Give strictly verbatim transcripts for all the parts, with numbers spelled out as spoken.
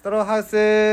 トローハウス、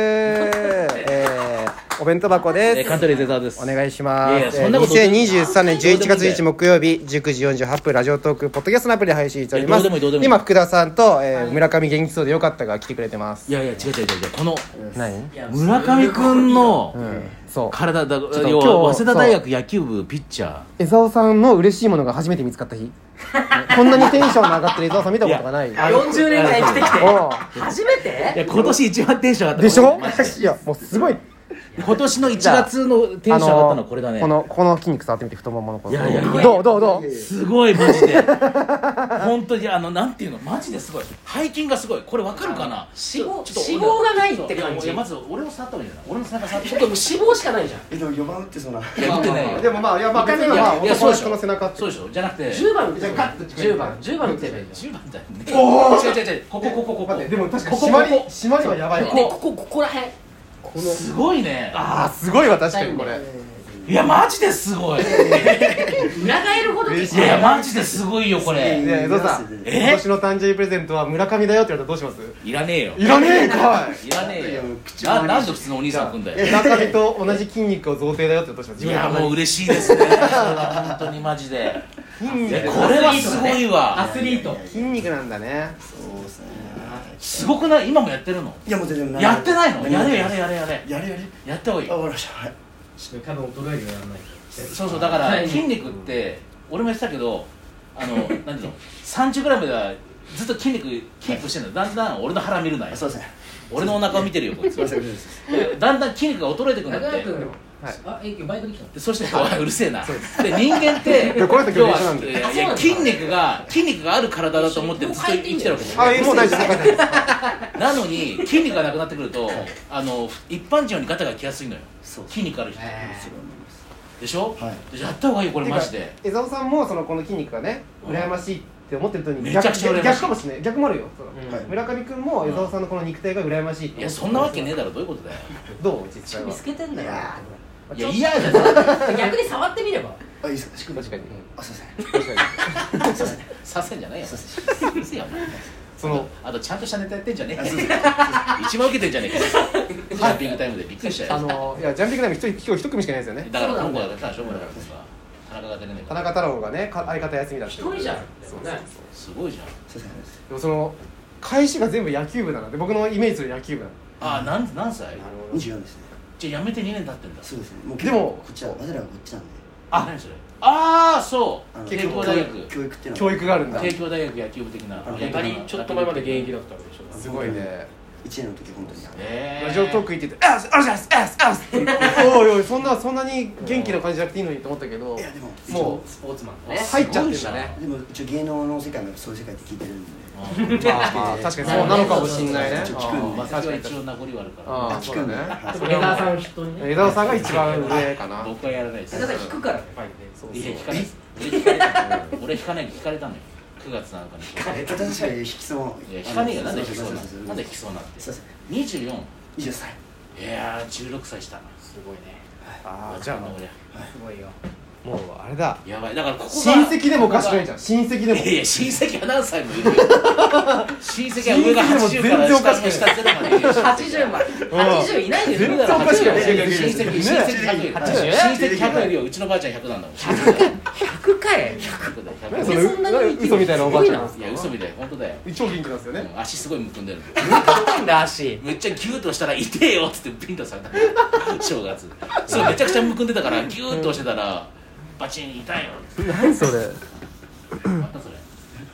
えー、お弁当箱です、 えー、カントリーゼザーです。 お願いします。 いやいやそんなことにせんにじゅうさんねんじゅういちがつじゅういちにち木曜日じゅうくじよんじゅうはっぷんラジオトークポッドキャストのアプリで配信しております。今福田さんと、えー、村上元気そうでよかったが来てくれてます。 いやいや違う違う違う違うこの何村上くんの、 うん、そう体だ今日要は早稲田大学野球部ピッチャー江澤さんの嬉しいものが初めて見つかった日こんなにテンションの上がってる江澤さん見たことがない。いよんじゅうねんかん生きてきて初めて。 いや今年一番テンション上がったでしょ。いやもうすごい今年のいちがつのテンション上がったのはこれだね。 このこの筋肉触ってみて、太もものこの。 いやいやいやどうどうどうすごいマジで本当にあのなんていうのマジですごい背筋がすごい。これわかるかな。 脂肪脂肪がないって感じ。 いやまず俺も触った方がいいんだな。俺の背中触って僕もう脂肪しかないじゃん。 えでもよんばん打ってそうな。 いや打ってないよ。 でもまあいやまあ別にまあ男の人の背中ってそうでしょ。じゃなくてじゅうばん打ってじゃあカッとじゅうばんじゅうばん打ってばいいじじゅうばんだよね。 おー違う違う違うここここここ。 でも確かにここ締まりここ締まりはやばいわ。 ゃん。でここここら辺このすごいね。 あーすごいわ確かにこれ。 いやマジですごい。 裏返るほど嬉しいやマジですごいよこいれ。 や江戸さんえ今年の誕生日プレゼントは村上だよって言われたらどうします？ いらねえよ。 いらねえんかい。 いらねえよ。 口ななんで普通のお兄さん来んだよ。 村上と同じ筋肉を贈呈だよってどうします？ いやもう嬉しいですね。それは本当にマジで。 筋肉いやこれはすごいわ。 アスリート。 筋肉なんだね。 そうですね。 すごくない？今もやってるの？ いやもう全然やってないの？やれやれややれやれ。 やれやれ。 やった方がいいあ。わかりました。はい。 多分衰えるようにならないそうそうだから筋肉って俺も言ってたけどあのなんていうのさんじゅうグラムではずっと筋肉キープしてるの。だんだん俺の腹見るなよ。 そうですね。 俺のお腹を見てるよこいつ。 すいませんですでだんだん筋肉が衰えてくんだって。 はいあえバイクできたの。 でそしておいうるせえな。で人間ってでこれだけ要は一緒なんでいやいや筋肉が筋肉がある体だと思ってずっと生きてるわけじゃん。 あもう大丈夫大丈夫。 なのに筋肉がなくなってくるとあの一般人よりガタが来やすいのよ。 そう筋肉ある人へでしょ。 はいでやった方がいいこれマジで。 江澤さんもそのこの筋肉がね羨ましいって思ってるとにめちゃくちゃ羨ましい逆かもしれない。逆もあるよ。そのはい村上くんも江澤さんのこの肉体が羨ましいっていやそんなわけねえだろ。どういうことだよ。 どう実際は見つけてんだよ。 いや嫌じゃん。 逆に触ってみれば。 あいいですか。しく確かにあすいません。 確かにさせんじゃないよ。 そううるせえよお前。 そのあとちゃんとしたネタやってんじゃねえ。一番受けてんじゃねえか。ジャンピングタイムでびっくりしたよ。 あのいやジャンピングタイム一人今日一組しかいないですよね。 だから今後はただしょうがないからさ。田中が出れねえから。 田中太郎がねか相方休みだって一人じゃん。 そうね。 すごいじゃん。 すいませんです。 でもその返しが全部野球部なので僕のイメージする野球部なの。 あ何何歳？ にじゅうよんですね。 じゃあやめてにねん経ってんだ。 そうですね。もうでもこっちは早稲田がこっちなんで。 あ何それ。ああそうあの帝京大学。 教育っていうの教育があるんだ。 帝京大学野球部的な。 あのやっぱりちょっと前まで現役だったわけでしょ。 すごいね。 いちねんの時本当に。 えーラジオトーク行ってて「あっあっあっあっあっ」おいおいそんなそんなに元気な感じじゃなくていいのにと思ったけどいやでももスポーツマンね。 う入っちゃってんだね。 でも一応芸能の世界もそういう世界って聞いてるんで。 まあまあ確かにそうなのかもしんないね。 ちょっと聞くんでまあ確かに一応名残はあるから。 ああそうだね。 江澤さん筆頭にね。 江澤さんが一番上かな。 僕はやらないです。 江澤さん引くからねファイそういや引かないです。俺引かれた。俺引かない引かれたのよ。くがつなんかに。 え確かに引きそう。 いや引かねえよ。なんで引きそうなそうそうそうなんで引きそうなって。 すいません。 にじゅうよん。 にじゅっさい。 いやーじゅうろくさいしたな。 すごいね。 ああじゃあ俺すごいよ。 もうあれだ。 やばいだからここが親戚でもおかしくないじゃん。親戚でもいやいや親戚は何歳もいるよ。親戚は上がはちじゅうから下の下ゼロまでいるよ。 はちじゅうまで。はちじゅういないでしょ。 全然おかしくない親戚親戚ひゃくいる。 はちじゅう親戚ひゃくいるよ。うちのばあちゃんひゃくなんだもん。 ひゃくかい。 ひゃくだよ何ひゃくその嘘みたいなおばあちゃん。 いや嘘みたい本当だよ。 超元気なんですよね。 うん足すごいむくんでる。 なんだ足。 めっちゃギューッとしたら痛えよっつってピンとされた正月そうめちゃくちゃむくんでたからギューッと押してたらバチン痛いよ何それ。 またそれ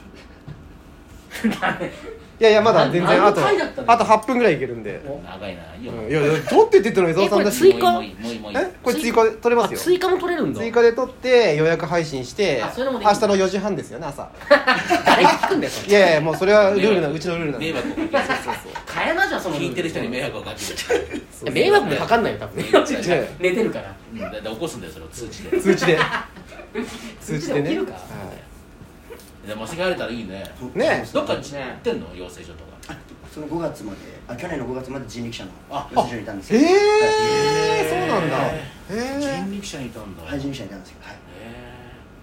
いやいやまだ全然あと何の回だったのあとはっぷんぐらいいけるんで。 長いないいよ。 うんいやいや取ってって言っての江澤さんだし。 追加もういいもういいもういいもういいえこれ追加で取れますよ。 追加も取れるんだ。 追加で取って予約配信してあそれもできる明日のよじはんですよね朝。 誰が聞くんだよそれ。 いやいやもうそれはルールなうちのルールなんで。 迷惑をかける。 変えなじゃんその。 聞いてる人に迷惑をかける。 迷惑もかかんないよ多分。 違う寝てるから。 うんだって起こすんだよそれを通知で。 通知で通知で起きるか。 はでも間違われたらいいね。 ねどっか行ってんの養成所とか。 そのごがつまで、あ去年のごがつまで人力車のあ養成所にいたんですい。えけど。 えそうなんだ。ええ人力車にいたんだ。 はい人力車にいたんですけど。はい。 へ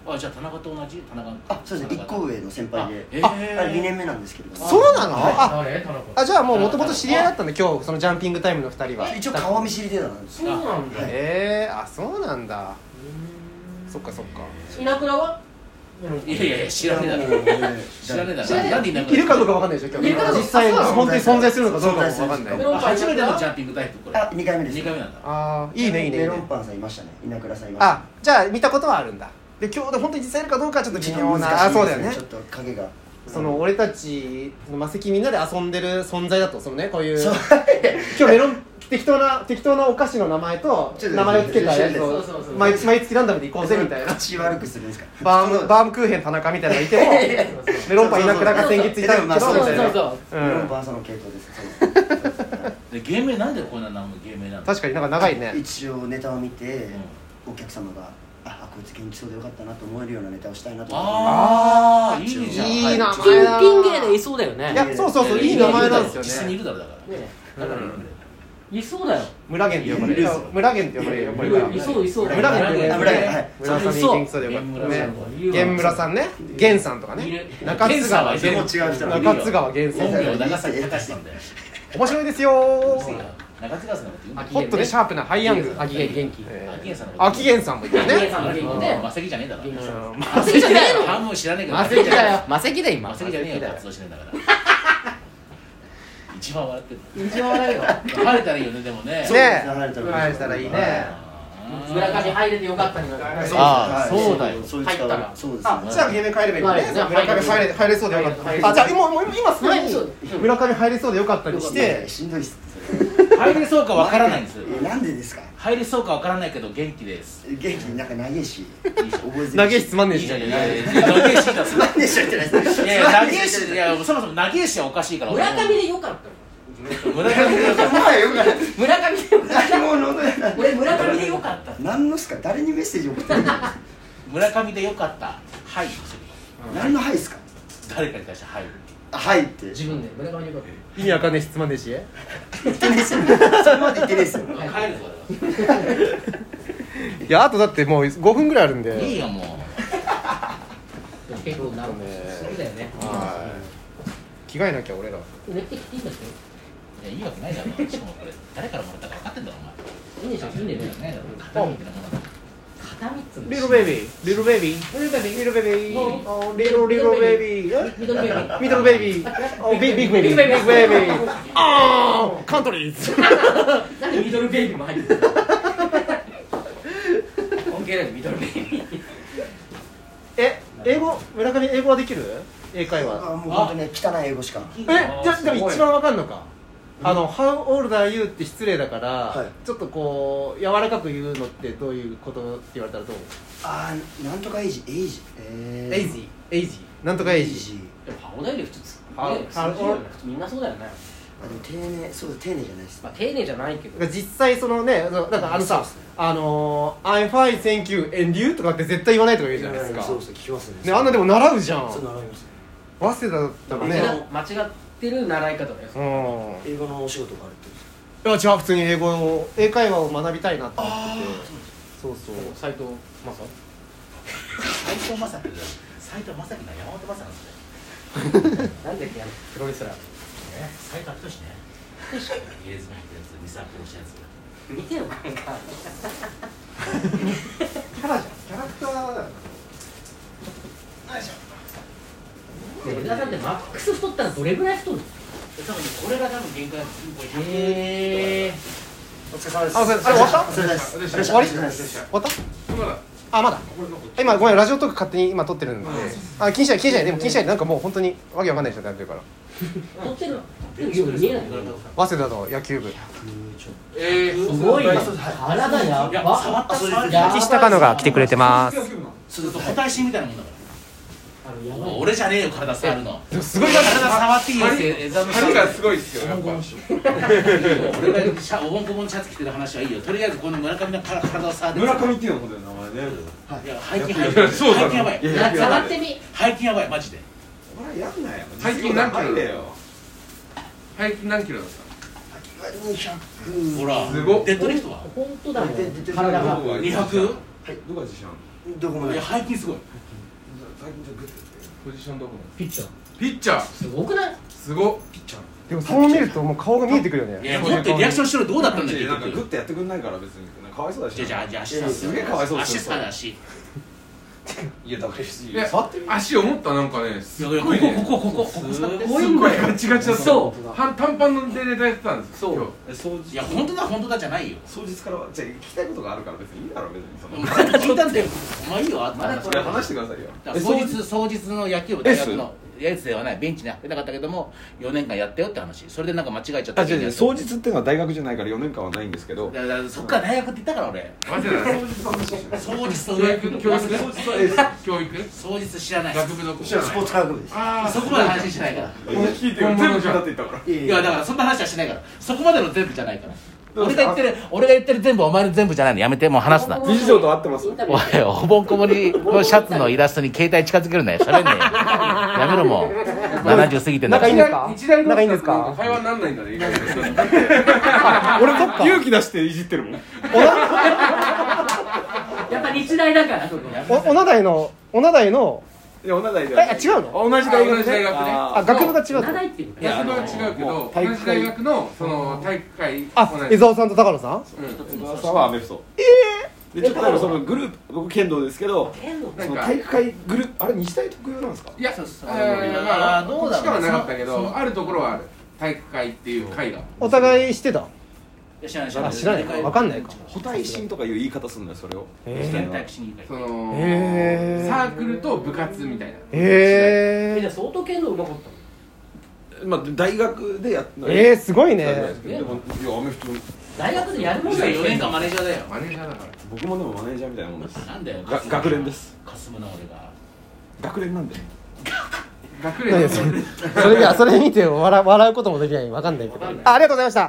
あ、じゃあ田中と同じ田中。 あ、そうですね、いっこ上の先輩で、 えあー、 にねんめなんですけれども。 そうなの？あ誰田中あ、じゃあもうもともと知り合いだったんだ今日そのジャンピングタイムのふたりは。 一応顔見知り程度なんですよ。 そうなんだ。 えー、あ、そうなんだ。そっかそっか。 稲倉は？ いやいやいや、知らねえだろ。知らねえだろ。なんでいなくいるかどうかわかんないでしょ今日。実際本当に存在するのかどうかもわかんない。 初めてのジャンピングタイプこれ。 あ、にかいめです。 にかいめなんだ。 ああ、いいねいいねいいね。 メロンパンさんいましたね。稲倉さんいました。 あ、じゃあ見たことはあるんだ。で今日で本当に実際いるかどうかはちょっと微妙な。あ、そうだよねちょ。っと影が。 その俺たちのマセキみんなで遊んでる存在だとそのねこういうそう今日メロン適当な適当なお菓子の名前と名前をつけたやつをそうそうそう毎毎月ランダムで行こうぜみたいな。 口悪くするんですか。 バームバームクーヘン田中みたいなのがいてもメロンパン稲倉が先月いたけどみたいな。 そうそうそううメロンんパンさんの系統です。 で芸名なんでこんな名前芸名なの？ 確かになんか長いね。 一応ネタを見てお客様があ、こいつ元気そうでよかったなと思えるようなネタをしたいなと思って。 ああ、いいじゃん。 いい名前ピンピン芸でいそうだよね。 いやそうそうそういい名前なんですよ実際にいね。 るだろだから。 ねだからいそうだよ。 村源って呼ばれる。村源って呼ばれるよこれから。 いそういそう。 村源って呼ばれるね。村上元気そうでよかったね。源村さんね。源さんとかね。中津川源源違う人中津川源本さん。 名長崎隆さんだよ。 面白いですよ。 中津川さんのこと言うんだよ。 ホットでシャープなハイヤング。 秋元元気。 えー秋元さんのこと。 秋元さんもいたよね。 秋元さんも元気でマセキじゃねえだろ。 うんマセキじゃねえよ。 半分知らねえけど。 マセキだよ。マセキだよ今。 マセキじゃねえよ。活動してんだから。一番笑ってる。 一番笑うよ。 晴れたらいいよねでもね。 ねそうですね晴れたら晴れたらいいね。 村上入れてよかったになる。 あーそうだよそういう入ったらそうですあ、じゃあゲーム帰ればいいね。 はい村上入れ入れそうでよかった。 入れあ、じゃあ今もう今すぐはいそうに村上入れそうでよかったにしいやいてやしんどいっす入れそうかわからないんですよ。 えなんでですか。 入れそうかわからないけど元気です。 元気になんか長いし覚えずに投げしつまんねえしいいじゃん。いやいや長いしだ。 なんでしょってないですいやいや長いしいやそもそも長いしはおかしいから。 村上でよかった。 村上でよかっもはやよくない村上でよかった。 何ものやな俺村上でよかった。 何のっすか。誰にメッセージ送ってるの。 村上でよかった。はい。 何のはいっすか。 誰かに対してはい。 あはいって自分で村上でよかっ意味わかんねえしつまんねえし。 言ってねえっすよ。そこまで言ってねえっすよ。 帰るぞ俺は。 いやあとだってもうごふんぐらいあるんで。 いいよもう。 た。結構なる。そうだよね。 はい着替えなきゃ俺ら。 寝てきていいんだっいやいいわけないだろ。しかもこれ誰からもらったか分かってんだろお前。 け？いいんでしょ。いいんだよね。 ないだろ。片身みたいなものだろ。 片三つ。 リルベイビー、リルベイビー、リルベイビー、リルベイビー、おリルリルベイビー、 ミドルベイビー。 ミドルベイビー、おビッグビッグベイビー、ビッグベイビー、あーカントリーズ。 なんでミドルベイビーも入ってる？関係ないミドルベイビー。 え、英語村上英語はできる？英会話。 あもう本当にね汚い英語しか。 え、じゃあでも一番わかんのか。あの How old are you って失礼だから、 はいちょっとこう柔らかく言うのってどういうことって言われたらどう？ あーなんとかエイジエイジえーエイジ、エイジ、なんとかエイジ。 でもハオだよね普通。 ハオねハオ普通だよね普通みんなそうだよね。 あでも丁寧そう丁寧じゃないです。 まあ丁寧じゃないけど。 実際そのね、なんかあのさ、あのー、I'm fine, thank you, and you とかって絶対言わないとか言うじゃないですか。 そうそう聞きますね。 ね、あんなでも習うじゃん。 そう習いますね。 早稲田だったらね。 間違ってる習い方だよ。 うん。 英語のお仕事があるって。 いや違う普通に英語を英会話を学びたいなって思ってて。そうそう。 斉藤正。 斉藤正樹だよ。斉藤正樹の山本正なんですよ。 なんだっけあのプロレスラー。 え斉藤仁ね。イエズマ入ったやつ、ミサプロしたやつ。 見てよなんか。 キャラじゃん。キャラクターだよ。 小田さんってマックス太ったらどれぐらい太るの？ 多分これが多分限界です。 へー。 お疲れ様です。 あ、それあれ終わった？ お疲れ様です。 終わり？ お疲れ様です。 終わった？あ、まだ。今ごめんラジオトーク勝手に今撮ってるんで。あ、気にしない気にしないでも気にしないでなんかもう本当にわけわかんない人になってるから。 太ってるの？でも見えない。 早稲田の野球部。 えー、すごいね。体やいや、 ば。 触った触る。 やば岸高野が来てくれてます。 そうすると補体しみたいなもんだから。 あのやばい。 俺じゃねえよ体触るの。 すごい体触っていいよってエザの針がすごいっすよやっぱ俺がシャおぼんこぼんのシャツ着てる話はいいよ。とりあえずこの村上の体を触って。 村上っていうのことだよ名前ねいや背筋背筋そうだ背筋やばい。 な触ってみ。 背筋やばいマジで。 ほらやんなよ背筋何キロだよ背筋何キロだったにひゃく。 ほらすごっデッドリフトは本当だもん。 ででで体が。 どこがにひゃく。 どこが自信あるどこまでいや背筋すごい。 最近ちょっとグッてポジションどこなの？ ピッチャーピッチャーすごくない？ すごっ。ピッチャーでもそう見るともう顔が見えてくるよね。 いやもっとリアクションしろどうだったんだよ。 なんかグッてやってくんないから別になんかかわいそうだし。 じゃじゃじゃ足さすげえかわいそうですよ。 足さ足。 いやだからいや触ってみ足思ったなんかねすっいやごいね。 ここここここここすすごいんだよ。 っごいガチガチだった。 そうは短パンのデレでやってたんですよ。 そう今日掃除いや本当だ本当だじゃないよ。 当日からはじゃあ聞きたいことがあるから別にいいだろ別にそのお前が聞いたんだよ。お前いいよあった話。 それ話してくださいよ当日当日の野球部大学のやつではないベンチに出なかったけどもよねんかんやったよって話。それでなんか間違えちゃったあ、違う違う、双日っていうのは大学じゃないからよねんかんはないんですけどだからそっから大学って言ったから俺マジで双日双日と教育教育教育双日知らない学部の知らスポーツ科学部です。 ああそこまで話しないから聞いてよ全部だって言ったからいやだからそんな話はしないからそこまでの全部じゃないから俺が言ってる俺が言ってる全部お前の全部じゃないのやめてもう話すな理事長と会ってますおいおぼんこぼりのシャツのイラストに携帯近づけるなよ喋んねえよやめろもうななじゅう過ぎてんだ仲いいんですか？ 日大の仲いいんですか？ 会話になんないんだね意外と俺そっか。 勇気出していじってるもんやっぱ日大だからそこお、おなだいの、おなだいの、 いや同じ大え、 学あ違うの？ 同じ大学同じ大学ねあ、学部が違う七の？ 大っていう学部は違うけど同じ大学のその体育会あ、 同じ江沢さんと高野さん？ 小沢さんはアメフトええでちょっと多分そのグループ僕剣道ですけど剣道その体育会グループあれ日大特有なんですかいや、 そうそうえーまあ、 どうだろうどうだしかはなかったけど、あるところはある。体育会っていう会が。 お互い知ってた？ 知らない知らないあ、知らないか。わかんないか。 補体心とかいう言い方するんだよそれをへ体ー育しに行くその、 へーサークルと部活みたいな。 えじゃへあ相当剣道うまかったの？ まあ大学でやっー。えー、すごいね。 でもいやアメフト大学でやるもんだよよねんかんマネージャーだよマネージャーだから。 僕もでもマネージャーみたいなもんですなんだよが学連ですかすむな俺が学連なんで学何連それそれいやそれ見て笑笑うこともできないわかんないけど。あ、ありがとうございました。